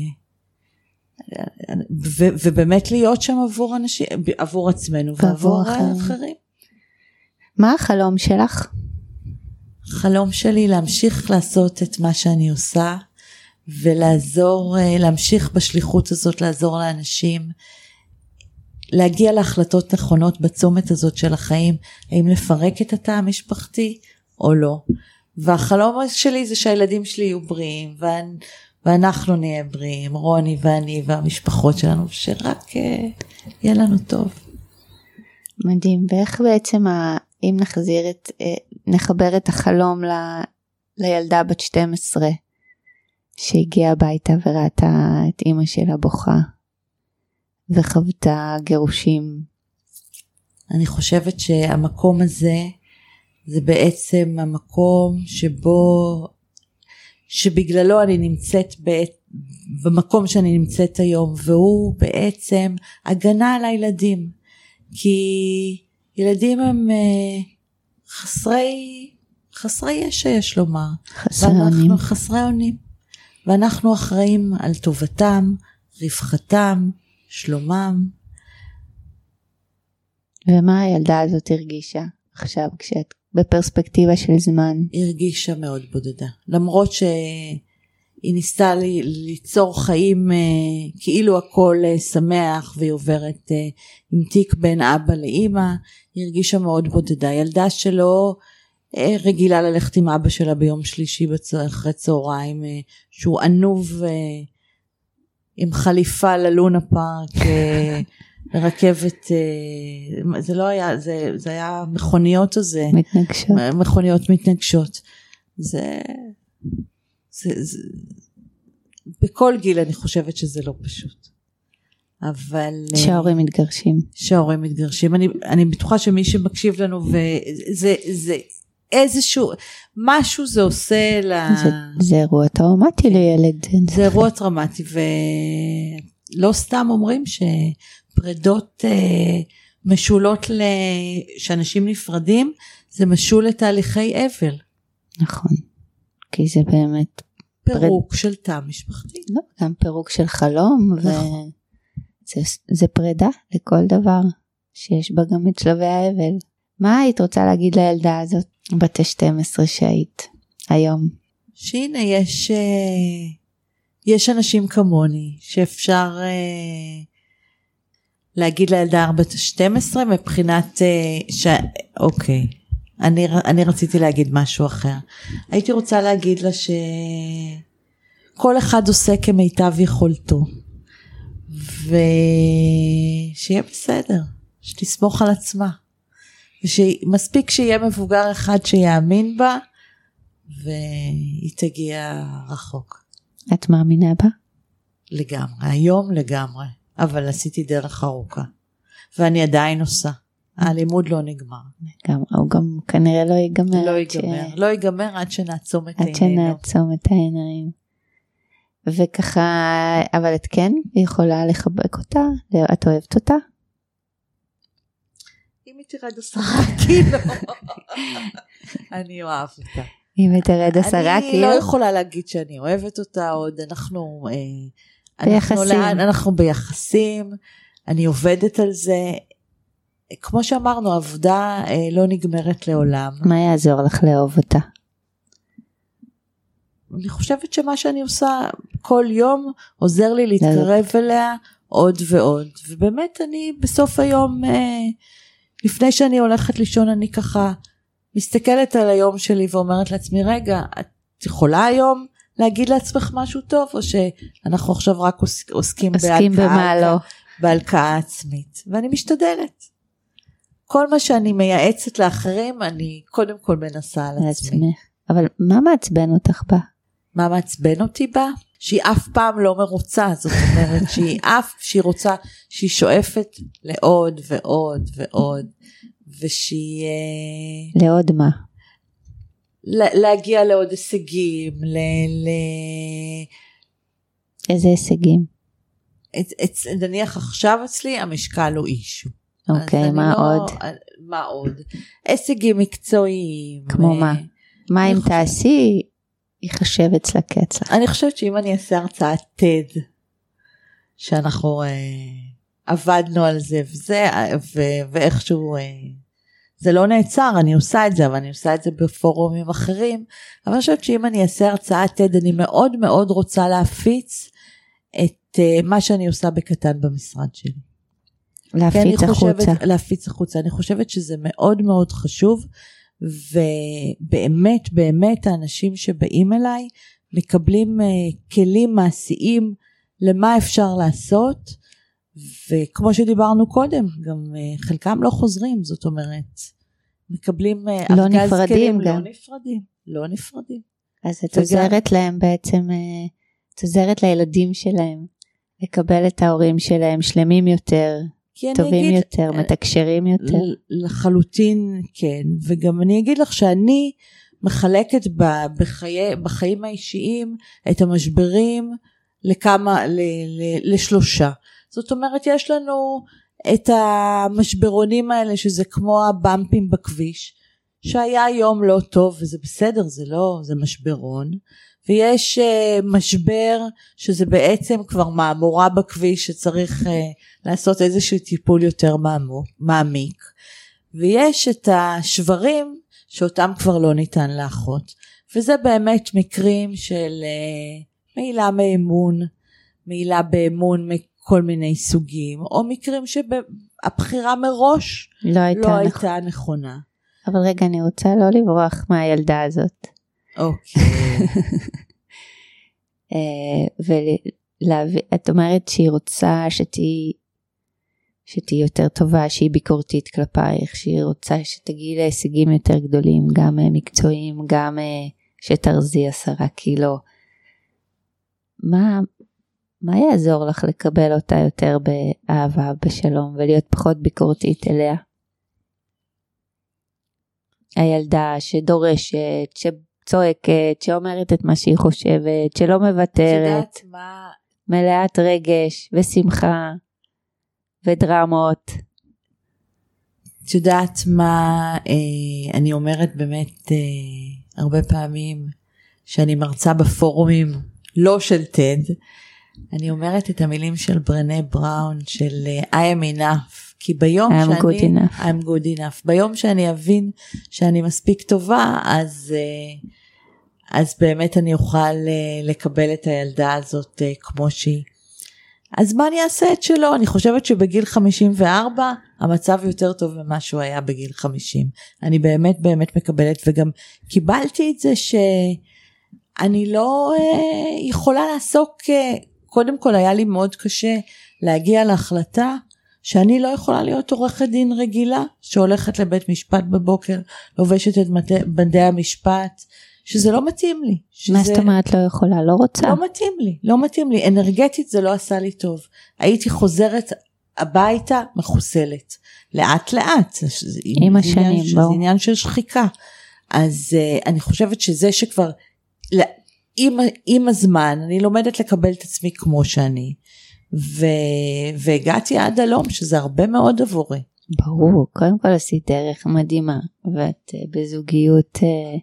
ו, ובאמת להיות שם עבור אנשים, עבור עצמנו ועבור האחרים. מה החלום שלך? החלום שלי להמשיך לעשות את מה שאני עושה, ולעזור, להמשיך בשליחות הזאת, לעזור לאנשים להגיע להחלטות נכונות בצומת הזאת של החיים, האם לפרק את התא המשפחתי או לא. והחלום שלי זה שהילדים שלי יהיו בריאים, ואנחנו נהיה בריאים, רוני ואני והמשפחות שלנו, שרק יהיה לנו טוב. מדהים, ואיך בעצם, אם נחזיר את, נחבר את החלום ל, לילדה בת שתים עשרה, שהגיעה הביתה וראתה את אמא שלה בוכה, וחוותה גירושים. אני חושבת שהמקום הזה, זה בעצם המקום שבו, שבגללו אני נמצאת בעת, במקום שאני נמצאת היום, והוא בעצם הגנה על הילדים, כי ילדים הם חסרי, חסרי ישע יש לומר, חסרי אונים. חסרי אונים, ואנחנו אחראים על טובתם, רווחתם, שלומם. ומה הילדה הזאת הרגישה עכשיו כשאת בפרספקטיבה של זמן? היא הרגישה מאוד בודדה, למרות שהיא ניסתה ליצור חיים כאילו הכל שמח, והיא עוברת עם תיק בין אבא לאמא, היא הרגישה מאוד בודדה. ילדה שלא רגילה ללכת עם אבא שלה ביום שלישי אחרי צהריים, שהוא ענוב עם חליפה ללונה פארק, רכבת, זה לא היה, זה, זה היה מכוניות הזה, מתנגשות, מכוניות מתנגשות, זה, זה, זה, בכל גיל אני חושבת שזה לא פשוט, אבל, שההורים מתגרשים, שההורים מתגרשים, אני, אני בטוחה שמי שמקשיב לנו, וזה, זה, איזשהו, משהו זה עושה ל... זה, זה אירוע טראומטי לילד. זה אירוע טראומטי, ולא סתם אומרים שפרדות אה, משולות, שאנשים נפרדים, זה משול לתהליכי אבל. נכון, כי זה באמת... פירוק פרד... של תא משפחתי. לא, גם פירוק של חלום, נכון. וזה זה פרידה לכל דבר, שיש בה גם את שלבי האבל. מה היית רוצה להגיד לילדה הזאת, בת שתים עשרה שהיית היום? שהנה יש, יש אנשים כמוני, שאפשר להגיד לילדה בת שתים עשרה, מבחינת, ש... אוקיי, אני, אני רציתי להגיד משהו אחר. הייתי רוצה להגיד לה שכל אחד עושה כמיטב יכולתו, ושיהיה בסדר, שתסמוך על עצמה. ומספיק שיהיה מבוגר אחד שיאמין בה, והיא תגיע רחוק. את מאמינה בה? לגמרי, היום לגמרי, אבל עשיתי דרך ארוכה, ואני עדיין עושה, הלימוד לא נגמר. גם, הוא גם כנראה לא ייגמר. לא ייגמר, ש... לא ייגמר עד שנעצום את עד עינינו. עד שנעצום את העיניים. וככה, אבל את כן יכולה לחבק אותה, את אוהבת אותה? אם היא תרד עשרה קילו, אני אוהב אותה. אם היא תרד עשרה קילו? אני לא יכולה להגיד שאני אוהבת אותה עוד, אנחנו ביחסים. אנחנו ביחסים, אני עובדת על זה, כמו שאמרנו, עבודה לא נגמרת לעולם. מה יעזור לך לאהוב אותה? אני חושבת שמה שאני עושה כל יום עוזר לי להתקרב אליה עוד ועוד, ובאמת אני בסוף היום, לפני שאני הולכת לישון, אני ככה מסתכלת על היום שלי ואומרת לעצמי, רגע, את יכולה היום להגיד לעצמך משהו טוב, או שאנחנו עכשיו רק עוסקים בהלקאה עצמית, ואני משתדלת. כל מה שאני מייעצת לאחרים, אני קודם כל מנסה על עצמי. אבל מה מעצבן אותך בה? מה מעצבן אותי בה? שהיא אף פעם לא מרוצה, זאת אומרת שהיא אף, שהיא רוצה, שהיא שואפת לעוד ועוד ועוד, ושהיא... לעוד מה? להגיע לעוד הישגים, ל... ל... איזה הישגים? את, את, נניח עכשיו אצלי, המשקל הוא אישו. אוקיי, מה לא, עוד? מה עוד? הישגים מקצועיים. כמו מה? מה אם תעשי... יחשב אצלה קצח. אני חושבת שאם אני אעשה הרצאת טד, שאנחנו אה, עבדנו על זה וזה, ו- ואיכשהו אה, זה לא נעצר, אני עושה את זה, אבל אני עושה את זה בפורומים אחרים, אבל אני חושבת שאם אני אעשה הרצאת טד, אני מאוד מאוד רוצה להפיץ את אה, מה שאני עושה בקטן במשרד שלי. להפיץ החוצה. להפיץ החוצה. אני חושבת שזה מאוד מאוד חשוב, ובאמת, באמת האנשים שבאים אליי, מקבלים uh, כלים מעשיים, למה אפשר לעשות, וכמו שדיברנו קודם, גם uh, חלקם לא חוזרים, זאת אומרת, מקבלים uh, לא ארגז נפרדים כלים, גם. לא נפרדים, לא נפרדים. אז את עוזרת להם בעצם, את עוזרת לילדים שלהם, לקבל את ההורים שלהם שלמים יותר, טובים אגיד, יותר, מתקשרים יותר. לחלוטין כן, וגם אני אגיד לך שאני מחלקת בחיי, בחיים האישיים את המשברים לכמה, ל, ל, לשלושה. זאת אומרת, יש לנו את המשברונים האלה, שזה כמו הבמפים בכביש, שהיה יום לא טוב, וזה בסדר, זה לא, זה משברון, ויש uh, משבר, שזה בעצם כבר מאמורה בכביש, שצריך uh, לעשות איזשהו טיפול יותר מעמוק, מעמיק, ויש את השברים, שאותם כבר לא ניתן לאחות, וזה באמת מקרים של uh, מעילה מאמון, מעילה באמון מכל מיני סוגים, או מקרים שהבחירה מראש לא הייתה, לא נכ... הייתה נכונה. אבל רגע, אני רוצה לא לברוח מהילדה הזאת. אוקיי. ואת אומרת שהיא רוצה שתהי, שתהי יותר טובה, שהיא ביקורתית כלפייך, שהיא רוצה שתגיעי להישגים יותר גדולים, גם מקצועיים, גם שתרזי עשרה קילו. מה, מה יעזור לך לקבל אותה יותר באהבה, בשלום, ולהיות פחות ביקורתית אליה? הילדה שדורשת, שצועקת, שאומרת את מה שהיא חושבת, שלא מוותרת, מה... מלאת רגש ושמחה ודרמות. את יודעת מה, אה, אני אומרת באמת אה, הרבה פעמים שאני מרצה בפורומים לא של טד, אני אומרת את המילים של ברנה בראון של I am enough, כי ביום I'm שאני good enough. I'm good enough, ביום שאני אבין שאני מספיק טובה, אז אז באמת אני אוכל לקבל את הילדה הזאת כמו שהיא. אז מה אני אעשה את שלו? אני חושבת שבגיל חמישים וארבע המצב יותר טוב ממה שהוא היה בגיל חמישים. אני באמת באמת מקבלת, וגם קיבלתי את זה שאני לא אה, יכולה לעסוק, אה, קודם כל היה לי מאוד קשה להגיע להחלטה שאני לא יכולה להיות עורכת דין רגילה, שהולכת לבית משפט בבוקר, לובשת את בדי המשפט, שזה לא מתאים לי. שזה... מה זאת אומרת לא יכולה? לא רוצה? לא מתאים לי, לא מתאים לי. אנרגטית זה לא עשה לי טוב. הייתי חוזרת הביתה מחוסלת. לאט לאט. עם השנים, זה בואו. עניין של שחיקה. אז uh, אני חושבת שזה שכבר, עם, עם הזמן, אני לומדת לקבל את עצמי כמו שאני. ו... והגעתי עד הלום, שזה הרבה מאוד עבורי. ברור, קודם כל עשית דרך מדהימה, ואת uh, בזוגיות... Uh...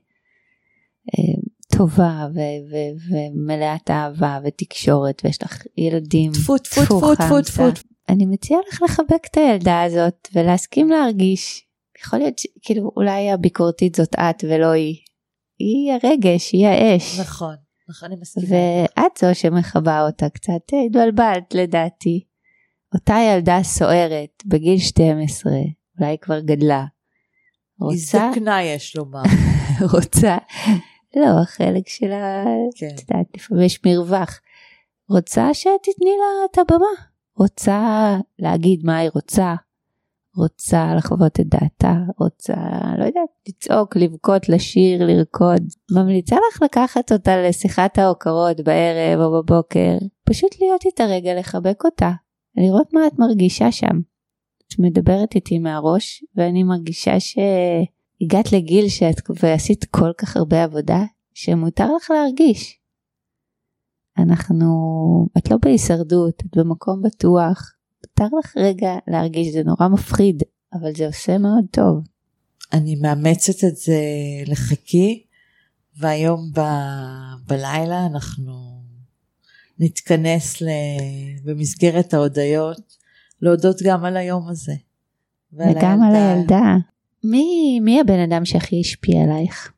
טובה ו- ו- ומלאת אהבה ותקשורת, ויש לך ילדים. טפו טפו טפו טפו טפו. אני מציעה לך לחבק את הילדה הזאת ולהסכים להרגיש. יכול להיות כאילו אולי הביקורתית זאת את ולא היא. היא הרגש, היא האש. נכון, נכון, אני מסכימה. ואת זו שמחבה אותה קצת, התבלבלת לדעתי. אותה ילדה סוערת בגיל שתים עשרה, אולי כבר גדלה. היא זקנה יש לומר. רוצה, לא, החלק שלה, כן. את יודעת, לפעמים יש מרווח, רוצה שתתני לה את הבמה, רוצה להגיד מה היא רוצה, רוצה לחוות את דעתה, רוצה, לא יודעת, לצעוק, לבכות, לשיר, לרקוד, ממליצה לך לקחת אותה לשיחת ההוקרות בערב או בבוקר, פשוט להיות איתה רגע, לחבק אותה, לראות מה את מרגישה שם. את מדברת איתי מהראש, ואני מרגישה ש... הגעת לגיל שאת ועשית כל כך הרבה עבודה, שמותר לך להרגיש. אנחנו, את לא בהישרדות, את במקום בטוח, מותר לך רגע להרגיש, זה נורא מפחיד, אבל זה עושה מאוד טוב. אני מאמצת את זה לחכי, והיום ב, בלילה אנחנו נתכנס ל, במסגרת ההודעות, להודות גם על היום הזה. וגם על הילדה. מי, מי הבן אדם שהכי השפיע עלייך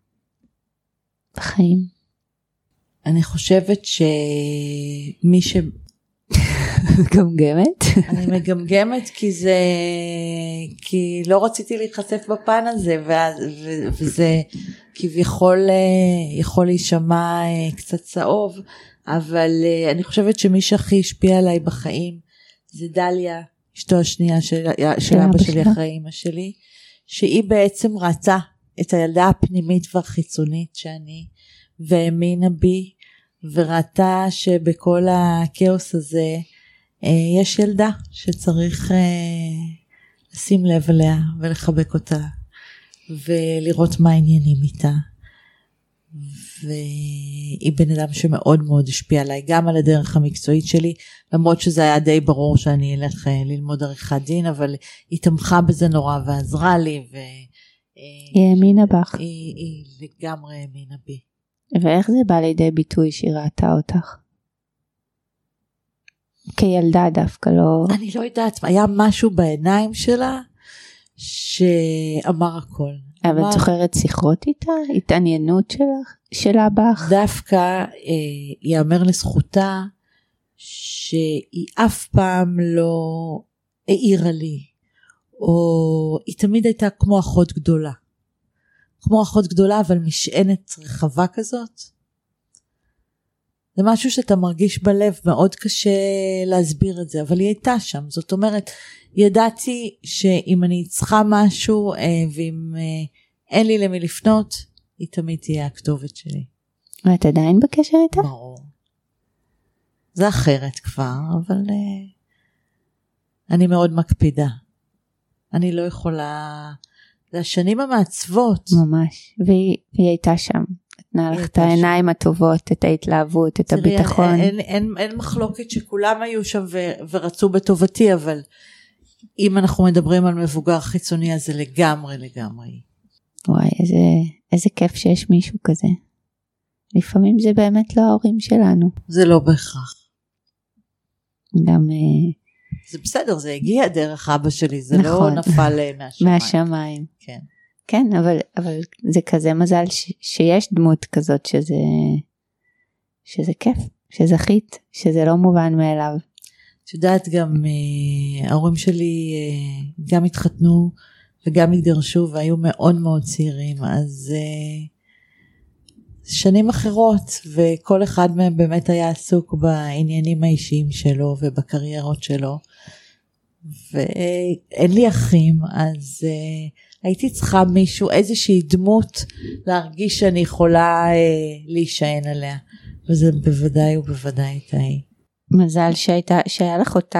בחיים? אני חושבת שמי ש... מגמגמת? אני מגמגמת כי זה, כי לא רציתי להיחשף בפן הזה, וזה כביכול יכול להישמע קצת צהוב, אבל אני חושבת שמי שהכי השפיע עליי בחיים, זה דליה, אשתו השנייה של, של אבא שלי אחרי אמא שלי, שהיא בעצם ראתה את הילדה הפנימית והחיצונית שאני, והאמינה בי, וראתה שבכל הכאוס הזה, יש ילדה שצריך לשים לב אליה ולחבק אותה ולראות מה העניינים איתה, והיא בן אדם שמאוד מאוד השפיע עליי גם על הדרך המקצועית שלי, למרות שזה היה די ברור שאני אלך ללמוד עריכת דין, אבל היא תמכה בזה נורא ועזרה לי, היא האמינה בך. היא, היא לגמרי האמינה בי. ואיך זה בא לידי ביטוי שהיא ראתה אותך? כילדה דווקא לא... אני לא יודעת, היה משהו בעיניים שלה שאמר הכל. אבל אמר... זוכרת שיחות איתה? התעניינות שלך, שלה בך? דווקא אה, יאמר לזכותה שהיא אף פעם לא העירה לי, או היא תמיד הייתה כמו אחות גדולה. כמו אחות גדולה אבל משענת רחבה כזאת. זה משהו שאתה מרגיש בלב, מאוד קשה להסביר את זה, אבל היא הייתה שם. זאת אומרת, ידעתי שאם אני צריכה משהו, ואם אין לי למי לפנות, היא תמיד תהיה הכתובת שלי. ואת עדיין בקשר איתה? ברור. זה אחרת כבר, אבל אני מאוד מקפידה. אני לא יכולה... זה השנים המעצבות. ממש. והיא, והיא הייתה שם. נתנה לך את העיניים הטובות, את ההתלהבות, את הביטחון. אין, אין, אין, אין מחלוקת שכולם היו שם ו, ורצו בטובתי, אבל אם אנחנו מדברים על מבוגר חיצוני, אז זה לגמרי לגמרי. וואי, איזה, איזה כיף שיש מישהו כזה. לפעמים זה באמת לא ההורים שלנו. זה לא בהכרח. גם... זה בסדר, זה הגיע דרך אבא שלי, זה נכון. לא נפל מהשמיים. מהשמיים. כן. כן, אבל, אבל זה כזה מזל ש, שיש דמות כזאת שזה, שזה כיף, שזכית, שזה לא מובן מאליו. את יודעת גם, אה, ההורים שלי אה, גם התחתנו וגם התגרשו והיו מאוד מאוד צעירים, אז אה, שנים אחרות, וכל אחד מהם באמת היה עסוק בעניינים האישיים שלו ובקריירות שלו, ואין לי אחים, אז... אה, הייתי צריכה מישהו, איזושהי דמות, להרגיש שאני יכולה אה, להישען עליה. וזה בוודאי ובוודאי הייתה היא. מזל שהייתה, שהיה לך אותה.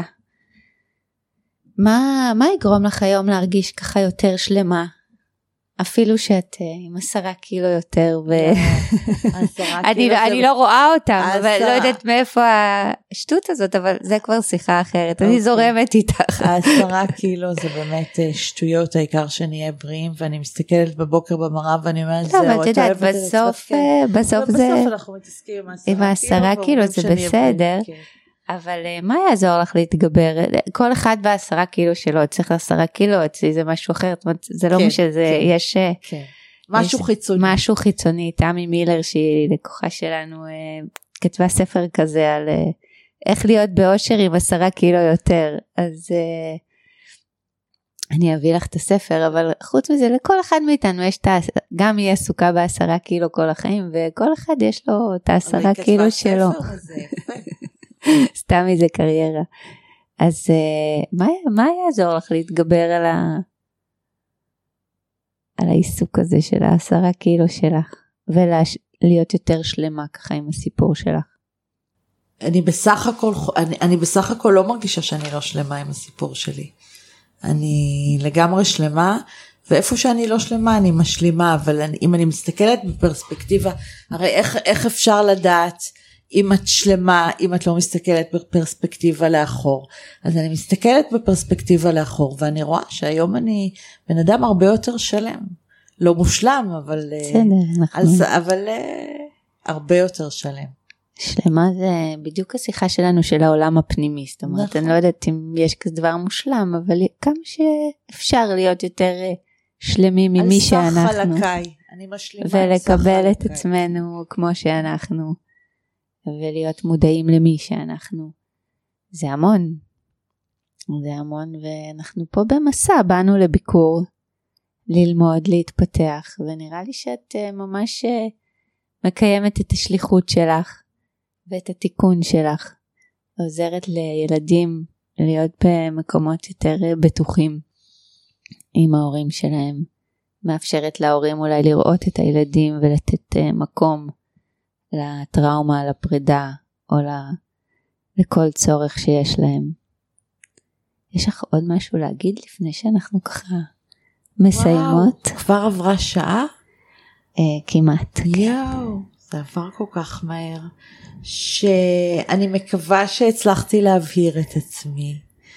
מה, מה יגרום לך היום להרגיש ככה יותר שלמה? אפילו שאת עם עשרה קילו יותר, ו... אני, לא, אני לא רואה אותם, אבל לא יודעת מאיפה השטות הזאת, אבל זה כבר שיחה אחרת, אני זורמת איתך. העשרה קילו זה באמת שטויות, העיקר שנהיה בריאים, ואני מסתכלת בבוקר במראה, ואני אומרת, זהו, אבל את יודעת, בסוף, בסוף זה, בסוף אנחנו מתעסקים עם העשרה קילו, זה בסדר. אבל מה יעזור לך להתגבר? כל אחד בעשרה קילו שלו, צריך לעשרה קילו, אצלי זה משהו אחר, זה לא משהו, יש משהו חיצוני. משהו חיצוני, תמי מילר שהיא לקוחה שלנו, כתבה ספר כזה על איך להיות באושר עם עשרה קילו יותר, אז אני אביא לך את הספר, אבל חוץ מזה לכל אחד מאיתנו יש, גם היא עסוקה בעשרה קילו כל החיים, וכל אחד יש לו את העשרה קילו שלו. סתם איזה קריירה. אז uh, מה, מה יעזור לך להתגבר על, ה... על העיסוק הזה של העשרה קילו שלך, ולהיות יותר שלמה ככה עם הסיפור שלך? אני בסך הכל, אני, אני בסך הכל לא מרגישה שאני לא שלמה עם הסיפור שלי. אני לגמרי שלמה, ואיפה שאני לא שלמה אני משלימה, אבל אני, אם אני מסתכלת בפרספקטיבה, הרי איך, איך אפשר לדעת אם את שלמה, אם את לא מסתכלת בפרספקטיבה לאחור. אז אני מסתכלת בפרספקטיבה לאחור, ואני רואה שהיום אני בן אדם הרבה יותר שלם. לא מושלם, אבל, בסדר, אז, אבל הרבה יותר שלם. שלמה זה בדיוק השיחה שלנו של העולם הפנימי. זאת אומרת, נכון. אני לא יודעת אם יש כזה דבר מושלם, אבל כמה שאפשר להיות יותר שלמים ממי שאנחנו. על סך חלקי, אני משלימה. ולקבל את עצמנו כמו שאנחנו. ולהיות מודעים למי שאנחנו. זה המון. זה המון, ואנחנו פה במסע, באנו לביקור, ללמוד, להתפתח, ונראה לי שאת ממש מקיימת את השליחות שלך, ואת התיקון שלך, עוזרת לילדים להיות במקומות יותר בטוחים עם ההורים שלהם, מאפשרת להורים אולי לראות את הילדים ולתת מקום לטראומה, לפרידה, או לכל צורך שיש להם. יש לך עוד משהו להגיד לפני שאנחנו ככה מסיימות? וואו, כבר עברה שעה? אה, כמעט. יאו, זה עבר כל כך מהר, שאני מקווה שהצלחתי להבהיר את עצמי,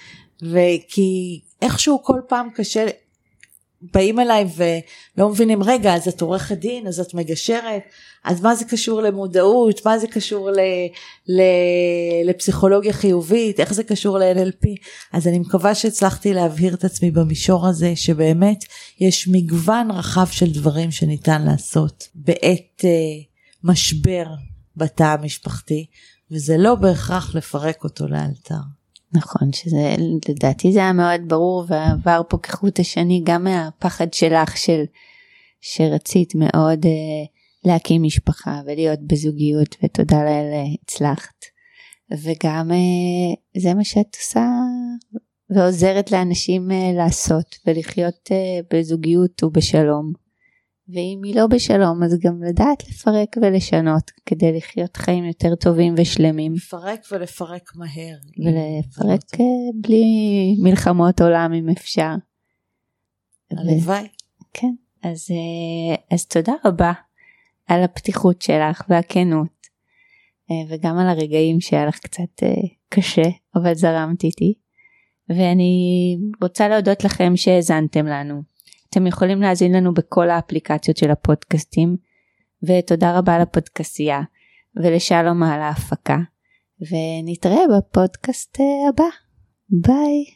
וכי איכשהו כל פעם קשה, באים אליי ולא מבינים, רגע, אז את עורכת דין, אז את מגשרת, אז מה זה קשור למודעות, מה זה קשור ל, ל, לפסיכולוגיה חיובית, איך זה קשור ל-אן אל פי, אז אני מקווה שהצלחתי להבהיר את עצמי במישור הזה, שבאמת יש מגוון רחב של דברים שניתן לעשות, בעת uh, משבר בתא המשפחתי, וזה לא בהכרח לפרק אותו לאלתר. נכון, שזה, לדעתי זה היה מאוד ברור, ועבר פה כחוט השני, גם מהפחד שלך, של, שרצית מאוד אה, להקים משפחה, ולהיות בזוגיות, ותודה לאל הצלחת. וגם אה, זה מה שאת עושה, ועוזרת לאנשים אה, לעשות, ולחיות אה, בזוגיות ובשלום. ואם היא לא בשלום, אז גם לדעת לפרק ולשנות, כדי לחיות חיים יותר טובים ושלמים. לפרק ולפרק מהר. ולפרק בלי מלחמות עולם אם אפשר. הלוואי. כן, אז, אז תודה רבה על הפתיחות שלך והכנות, וגם על הרגעים שהיה לך קצת קשה, אבל זרמת איתי. ואני רוצה להודות לכם שהאזנתם לנו. אתם יכולים להזין לנו בכל האפליקציות של הפודקאסטים, ותודה רבה לפודקאסייה, ולשלום על ההפקה, ונתראה בפודקאסט הבא. ביי.